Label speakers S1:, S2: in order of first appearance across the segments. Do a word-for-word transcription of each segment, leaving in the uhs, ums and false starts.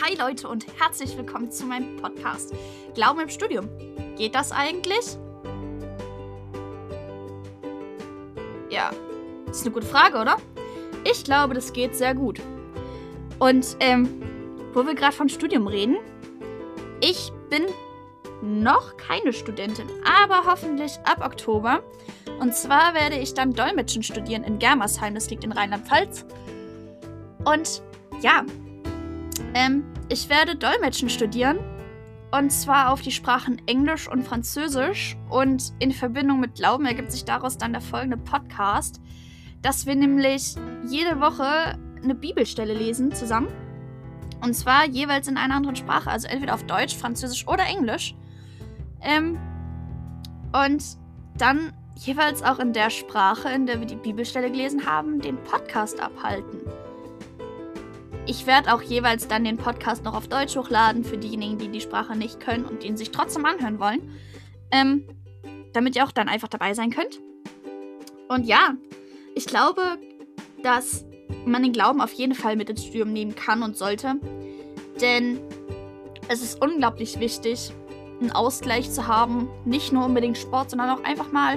S1: Hi Leute und herzlich willkommen zu meinem Podcast Glauben im Studium. Geht das eigentlich? Ja, das ist eine gute Frage, oder? Ich glaube, das geht sehr gut. Und ähm, wo wir gerade vom Studium reden, ich bin noch keine Studentin, aber hoffentlich ab Oktober. Und zwar werde ich dann Dolmetschen studieren in Germersheim, das liegt in Rheinland-Pfalz. Und ja, ähm, ich werde Dolmetschen studieren. Und zwar auf die Sprachen Englisch und Französisch. Und in Verbindung mit Glauben ergibt sich daraus dann der folgende Podcast, dass wir nämlich jede Woche eine Bibelstelle lesen zusammen. Und zwar jeweils in einer anderen Sprache, also entweder auf Deutsch, Französisch oder Englisch. Ähm, und dann jeweils auch in der Sprache, in der wir die Bibelstelle gelesen haben, den Podcast abhalten. Ich werde auch jeweils dann den Podcast noch auf Deutsch hochladen, für diejenigen, die die Sprache nicht können und den sich trotzdem anhören wollen. Ähm, damit ihr auch dann einfach dabei sein könnt. Und ja, ich glaube, dass man den Glauben auf jeden Fall mit ins Studium nehmen kann und sollte. Denn es ist unglaublich wichtig, einen Ausgleich zu haben. Nicht nur unbedingt Sport, sondern auch einfach mal,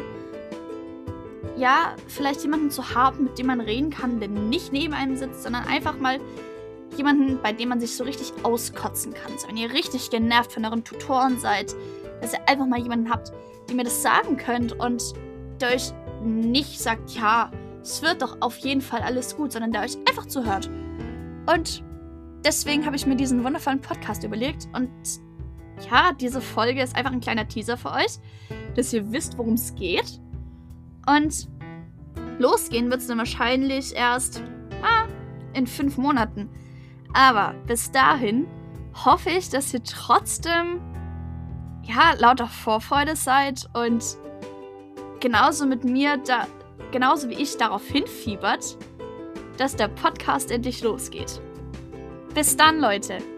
S1: ja, vielleicht jemanden zu haben, mit dem man reden kann, der nicht neben einem sitzt, sondern einfach mal jemanden, bei dem man sich so richtig auskotzen kann. Also wenn ihr richtig genervt von euren Tutoren seid, dass ihr einfach mal jemanden habt, dem ihr das sagen könnt und der euch nicht sagt, ja, es wird doch auf jeden Fall alles gut, sondern der euch einfach zuhört. Und deswegen habe ich mir diesen wundervollen Podcast überlegt und ja, diese Folge ist einfach ein kleiner Teaser für euch, dass ihr wisst, worum es geht. Und losgehen wird es dann wahrscheinlich erst ah, in fünf Monaten. Aber bis dahin hoffe ich, dass ihr trotzdem ja, lauter Vorfreude seid und genauso mit mir, da, genauso wie ich darauf hinfiebert, dass der Podcast endlich losgeht. Bis dann, Leute!